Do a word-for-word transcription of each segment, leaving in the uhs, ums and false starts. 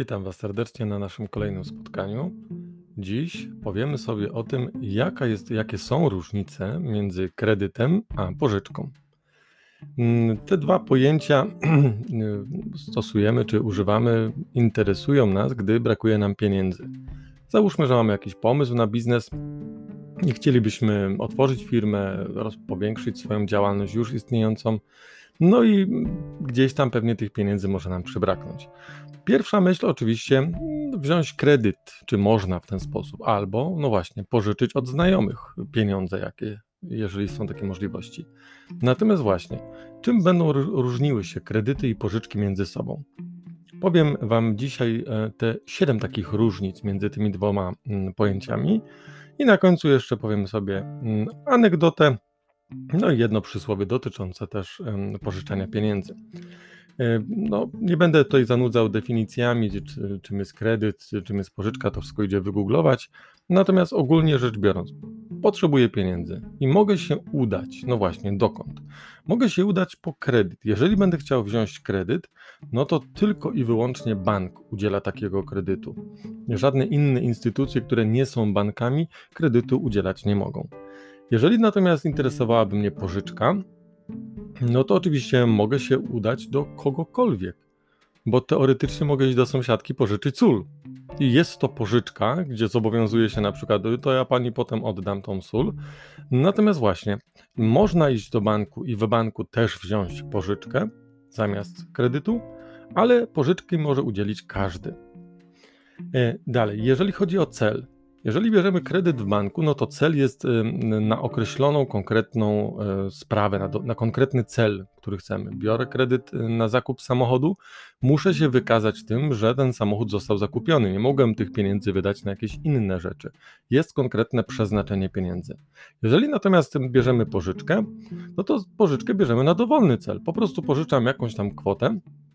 Witam Was serdecznie na naszym kolejnym spotkaniu. Dziś powiemy sobie o tym, jaka jest, jakie są różnice między kredytem a pożyczką. Mm, Te dwa pojęcia stosujemy czy używamy, interesują nas, gdy brakuje nam pieniędzy. Załóżmy, że mamy jakiś pomysł na biznes i chcielibyśmy otworzyć firmę, roz- powiększyć swoją działalność już istniejącą, no i gdzieś tam pewnie tych pieniędzy może nam przybraknąć. Pierwsza myśl oczywiście mm, wziąć kredyt, czy można w ten sposób, albo no właśnie pożyczyć od znajomych pieniądze, jakie, jeżeli są takie możliwości. Natomiast właśnie, czym będą ró- różniły się kredyty i pożyczki między sobą? Powiem Wam dzisiaj e, te siedem takich różnic między tymi dwoma mm, pojęciami i na końcu jeszcze powiem sobie mm, anegdotę, no i jedno przysłowie dotyczące też em, pożyczania pieniędzy. E, No, nie będę tutaj zanudzał definicjami, czy, czym jest kredyt, czy, czym jest pożyczka, to wszystko idzie wygooglować. Natomiast ogólnie rzecz biorąc, potrzebuję pieniędzy i mogę się udać, no właśnie, dokąd? Mogę się udać po kredyt. Jeżeli będę chciał wziąć kredyt, no to tylko i wyłącznie bank udziela takiego kredytu. Żadne inne instytucje, które nie są bankami, kredytu udzielać nie mogą. Jeżeli natomiast interesowałaby mnie pożyczka, no to oczywiście mogę się udać do kogokolwiek, bo teoretycznie mogę iść do sąsiadki pożyczyć sól. I jest to pożyczka, gdzie zobowiązuje się na przykład, to ja pani potem oddam tą sól. Natomiast właśnie, można iść do banku i w banku też wziąć pożyczkę zamiast kredytu, ale pożyczki może udzielić każdy. E, Dalej, jeżeli chodzi o cel, jeżeli bierzemy kredyt w banku, no to cel jest em, na określoną, konkretną e, sprawę, na, do, na konkretny cel, który chcemy. Biorę kredyt e, na zakup samochodu, muszę się wykazać tym, że ten samochód został zakupiony. Nie mogę tych pieniędzy wydać na jakieś inne rzeczy. Jest konkretne przeznaczenie pieniędzy. Jeżeli natomiast bierzemy pożyczkę, no to pożyczkę bierzemy na dowolny cel. Po prostu pożyczam jakąś tam kwotę.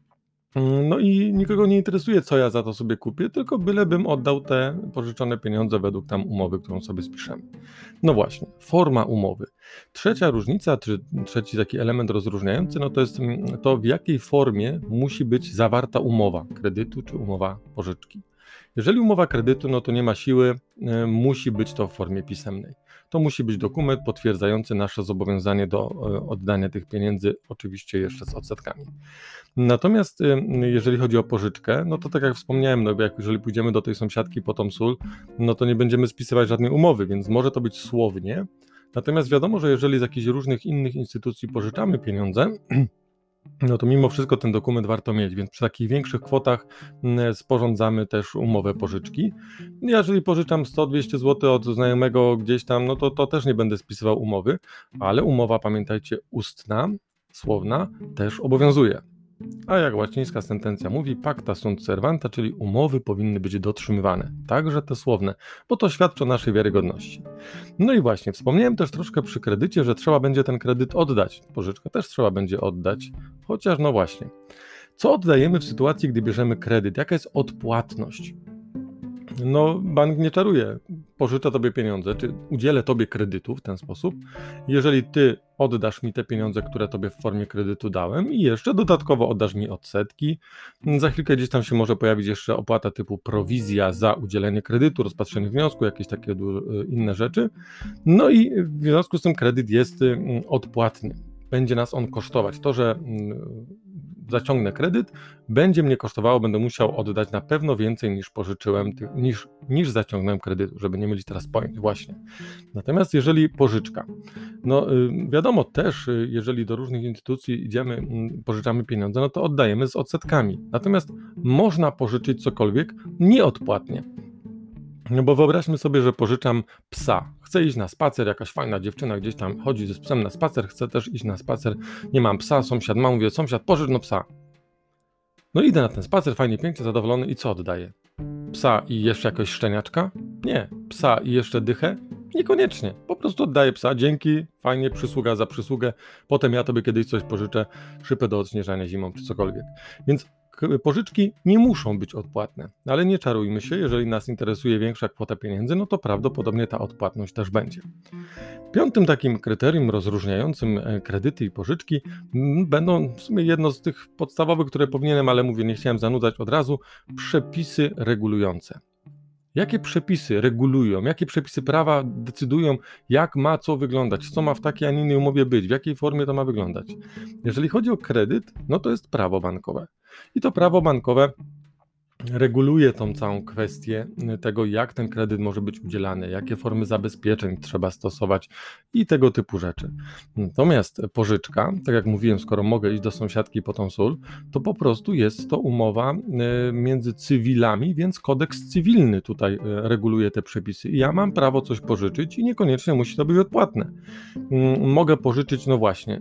No i nikogo nie interesuje, co ja za to sobie kupię, tylko bylebym oddał te pożyczone pieniądze według tam umowy, którą sobie spiszemy. No właśnie, forma umowy. Trzecia różnica, czy trzeci taki element rozróżniający, no to jest mm, to, w jakiej formie musi być zawarta umowa kredytu czy umowa pożyczki. Jeżeli umowa kredytu, no to nie ma siły, e, musi być to w formie pisemnej. To musi być dokument potwierdzający nasze zobowiązanie do e, oddania tych pieniędzy, oczywiście jeszcze z odsetkami. Natomiast y, jeżeli chodzi o pożyczkę, no to tak jak wspomniałem, no jak jeżeli pójdziemy do tej sąsiadki po tą sól, no to nie będziemy spisywać żadnej umowy, więc może to być słownie. Natomiast wiadomo, że jeżeli z jakichś różnych innych instytucji pożyczamy pieniądze, no to mimo wszystko ten dokument warto mieć, więc przy takich większych kwotach mm, sporządzamy też umowę pożyczki. Jeżeli pożyczam sto dwieście złotych od znajomego gdzieś tam, no to, to też nie będę spisywał umowy, ale umowa, pamiętajcie, ustna, słowna też obowiązuje. A jak łacińska sentencja mówi, pacta sunt servanta, czyli umowy powinny być dotrzymywane, także te słowne, bo to świadczy o naszej wiarygodności. No i właśnie, wspomniałem też troszkę przy kredycie, że trzeba będzie ten kredyt oddać, pożyczkę też trzeba będzie oddać, chociaż no właśnie. Co oddajemy w sytuacji, gdy bierzemy kredyt? Jaka jest odpłatność? No, bank nie czaruje. Pożyczę tobie pieniądze, czy udzielę tobie kredytu w ten sposób, jeżeli ty oddasz mi te pieniądze, które tobie w formie kredytu dałem i jeszcze dodatkowo oddasz mi odsetki. Za chwilkę gdzieś tam się może pojawić jeszcze opłata typu prowizja za udzielenie kredytu, rozpatrzenie wniosku, jakieś takie du- inne rzeczy. No i w związku z tym kredyt jest mm, odpłatny. Będzie nas on kosztować. To, że mm, zaciągnę kredyt, będzie mnie kosztowało, będę musiał oddać na pewno więcej niż pożyczyłem, ty- niż, niż zaciągnąłem kredytu, żeby nie mylić teraz pojęć, właśnie. Natomiast jeżeli pożyczka, no y, wiadomo też, y, jeżeli do różnych instytucji idziemy, mm, pożyczamy pieniądze, no to oddajemy z odsetkami. Natomiast można pożyczyć cokolwiek nieodpłatnie. No bo wyobraźmy sobie, że pożyczam psa. Chcę iść na spacer, jakaś fajna dziewczyna gdzieś tam chodzi z psem na spacer, chcę też iść na spacer, nie mam psa, sąsiad ma, mówię, sąsiad, pożycz no psa. No idę na ten spacer, fajnie, pięknie, zadowolony i co oddaję? Psa i jeszcze jakiegoś szczeniaczka? Nie. Psa i jeszcze dychę? Niekoniecznie. Po prostu oddaję psa, dzięki, fajnie, przysługa za przysługę, potem ja tobie kiedyś coś pożyczę, szypę do odśnieżania zimą czy cokolwiek. Więc pożyczki nie muszą być odpłatne, ale nie czarujmy się, jeżeli nas interesuje większa kwota pieniędzy, no to prawdopodobnie ta odpłatność też będzie. Piątym takim kryterium rozróżniającym kredyty i pożyczki będą w sumie jedno z tych podstawowych, które powinienem, ale mówię, nie chciałem zanudzać od razu, przepisy regulujące. Jakie przepisy regulują, jakie przepisy prawa decydują, jak ma co wyglądać, co ma w takiej, a nie innej umowie być, w jakiej formie to ma wyglądać. Jeżeli chodzi o kredyt, no to jest prawo bankowe. I to prawo bankowe reguluje tą całą kwestię tego, jak ten kredyt może być udzielany, jakie formy zabezpieczeń trzeba stosować i tego typu rzeczy. Natomiast pożyczka, tak jak mówiłem, skoro mogę iść do sąsiadki po tą sól, to po prostu jest to umowa między cywilami, więc kodeks cywilny tutaj reguluje te przepisy. I ja mam prawo coś pożyczyć i niekoniecznie musi to być odpłatne. Mogę pożyczyć, no właśnie,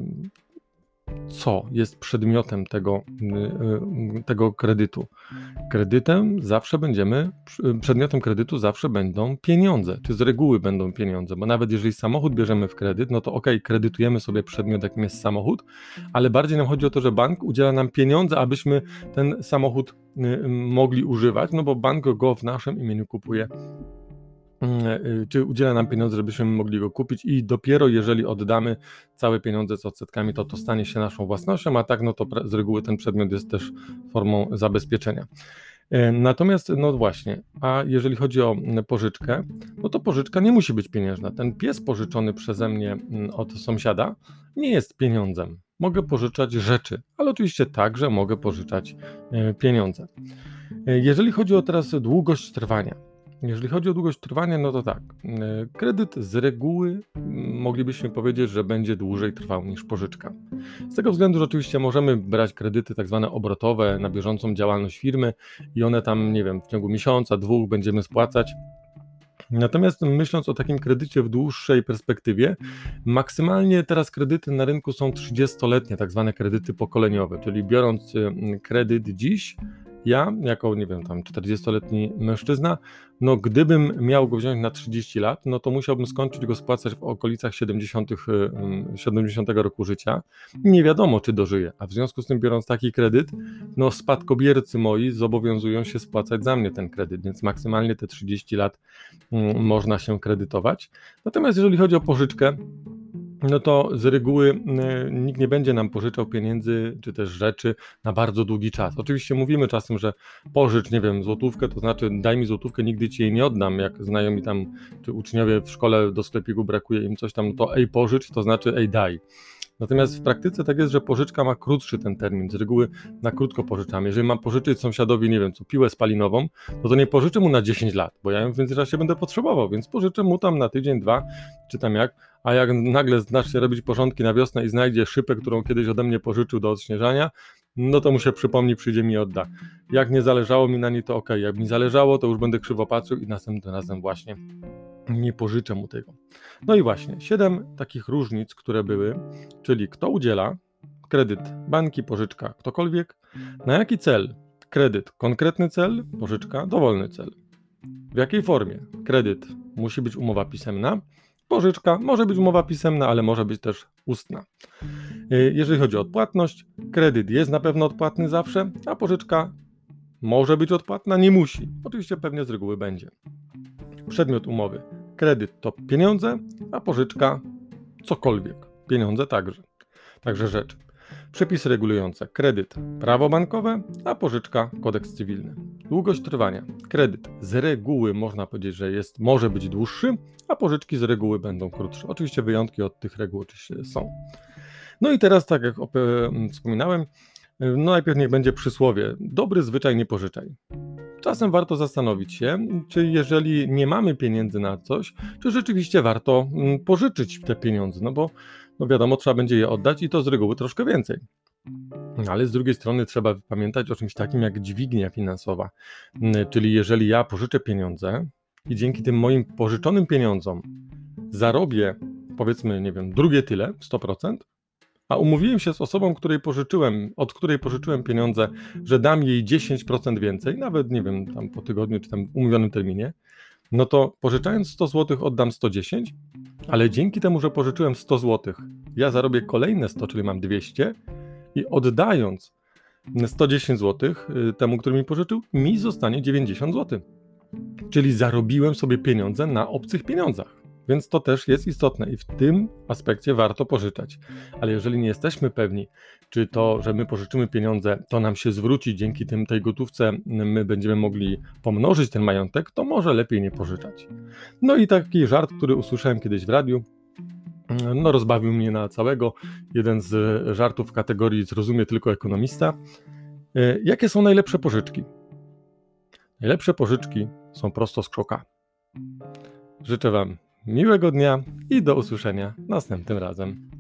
co jest przedmiotem tego, tego kredytu. Kredytem zawsze będziemy, przedmiotem kredytu zawsze będą pieniądze, czy z reguły będą pieniądze, bo nawet jeżeli samochód bierzemy w kredyt, no to ok, kredytujemy sobie przedmiot, jakim jest samochód, ale bardziej nam chodzi o to, że bank udziela nam pieniądze, abyśmy ten samochód mogli używać, no bo bank go w naszym imieniu kupuje, czy udziela nam pieniądze, żebyśmy mogli go kupić i dopiero jeżeli oddamy całe pieniądze z odsetkami, to to stanie się naszą własnością, a tak no to z reguły ten przedmiot jest też formą zabezpieczenia. Natomiast, no właśnie, a jeżeli chodzi o pożyczkę, no to pożyczka nie musi być pieniężna. Ten pies pożyczony przeze mnie od sąsiada nie jest pieniądzem. Mogę pożyczać rzeczy, ale oczywiście także mogę pożyczać pieniądze. Jeżeli chodzi o teraz długość trwania, Jeżeli chodzi o długość trwania, no to tak, kredyt z reguły moglibyśmy powiedzieć, że będzie dłużej trwał niż pożyczka. Z tego względu, że oczywiście możemy brać kredyty tak zwane obrotowe na bieżącą działalność firmy i one tam, nie wiem, w ciągu miesiąca, dwóch będziemy spłacać. Natomiast myśląc o takim kredycie w dłuższej perspektywie, maksymalnie teraz kredyty na rynku są trzydziestoletnie, tak zwane kredyty pokoleniowe, czyli biorąc kredyt dziś, ja, jako, nie wiem, tam czterdziestoletni mężczyzna, no gdybym miał go wziąć na trzydzieści lat, no to musiałbym skończyć go spłacać w okolicach siedemdziesiątego roku życia. Nie wiadomo, czy dożyję, a w związku z tym, biorąc taki kredyt, no spadkobiercy moi zobowiązują się spłacać za mnie ten kredyt, więc maksymalnie te trzydzieści lat um, można się kredytować. Natomiast jeżeli chodzi o pożyczkę, no to z reguły nikt nie będzie nam pożyczał pieniędzy czy też rzeczy na bardzo długi czas. Oczywiście mówimy czasem, że pożycz, nie wiem, złotówkę, to znaczy daj mi złotówkę, nigdy ci jej nie oddam. Jak znajomi tam, czy uczniowie w szkole do sklepiku brakuje im coś tam, to ej pożycz, to znaczy ej daj. Natomiast w praktyce tak jest, że pożyczka ma krótszy ten termin, z reguły na krótko pożyczamy. Jeżeli mam pożyczyć sąsiadowi, nie wiem co, piłę spalinową, no to nie pożyczę mu na dziesięć lat, bo ja ją w międzyczasie będę potrzebował, więc pożyczę mu tam na tydzień, dwa, czy tam jak, a jak nagle zacznie robić porządki na wiosnę i znajdzie szybę, którą kiedyś ode mnie pożyczył do odśnieżania, no to mu się przypomni, przyjdzie mi i odda. Jak nie zależało mi na niej, to okej, jak mi zależało, to już będę krzywo patrzył i następnym razem właśnie nie pożyczę mu tego. No i właśnie, siedem takich różnic, które były, czyli kto udziela kredyt, banki, pożyczka, ktokolwiek, na jaki cel kredyt, konkretny cel, pożyczka, dowolny cel. W jakiej formie kredyt musi być umowa pisemna, pożyczka może być umowa pisemna, ale może być też ustna. Jeżeli chodzi o odpłatność, kredyt jest na pewno odpłatny zawsze, a pożyczka może być odpłatna, nie musi. Oczywiście pewnie z reguły będzie. Przedmiot umowy. Kredyt to pieniądze, a pożyczka cokolwiek. Pieniądze także. Także rzecz. Przepisy regulujące. Kredyt prawo bankowe, a pożyczka kodeks cywilny. Długość trwania. Kredyt z reguły można powiedzieć, że jest, może być dłuższy, a pożyczki z reguły będą krótsze. Oczywiście wyjątki od tych reguł oczywiście są. No i teraz, tak jak wspominałem, no najpierw niech będzie przysłowie. Dobry zwyczaj nie pożyczaj. Czasem warto zastanowić się, czy jeżeli nie mamy pieniędzy na coś, czy rzeczywiście warto pożyczyć te pieniądze, no bo no wiadomo, trzeba będzie je oddać i to z reguły troszkę więcej. Ale z drugiej strony trzeba pamiętać o czymś takim jak dźwignia finansowa, czyli jeżeli ja pożyczę pieniądze i dzięki tym moim pożyczonym pieniądzom zarobię, powiedzmy, nie wiem, drugie tyle, sto procent, a umówiłem się z osobą, której pożyczyłem, od której pożyczyłem pieniądze, że dam jej dziesięć procent więcej, nawet nie wiem, tam po tygodniu czy tam w umówionym terminie, no to pożyczając sto złotych oddam sto dziesięć, ale dzięki temu, że pożyczyłem sto złotych, ja zarobię kolejne sto, czyli mam dwieście i oddając sto dziesięć złotych temu, który mi pożyczył, mi zostanie dziewięćdziesiąt złotych. Czyli zarobiłem sobie pieniądze na obcych pieniądzach. Więc to też jest istotne i w tym aspekcie warto pożyczać. Ale jeżeli nie jesteśmy pewni, czy to, że my pożyczymy pieniądze, to nam się zwróci dzięki tym, tej gotówce, my będziemy mogli pomnożyć ten majątek, to może lepiej nie pożyczać. No i taki żart, który usłyszałem kiedyś w radiu, no rozbawił mnie na całego. Jeden z żartów w kategorii zrozumie tylko ekonomista. Jakie są najlepsze pożyczki? Najlepsze pożyczki są prosto z krzoka. Życzę Wam miłego dnia i do usłyszenia następnym razem.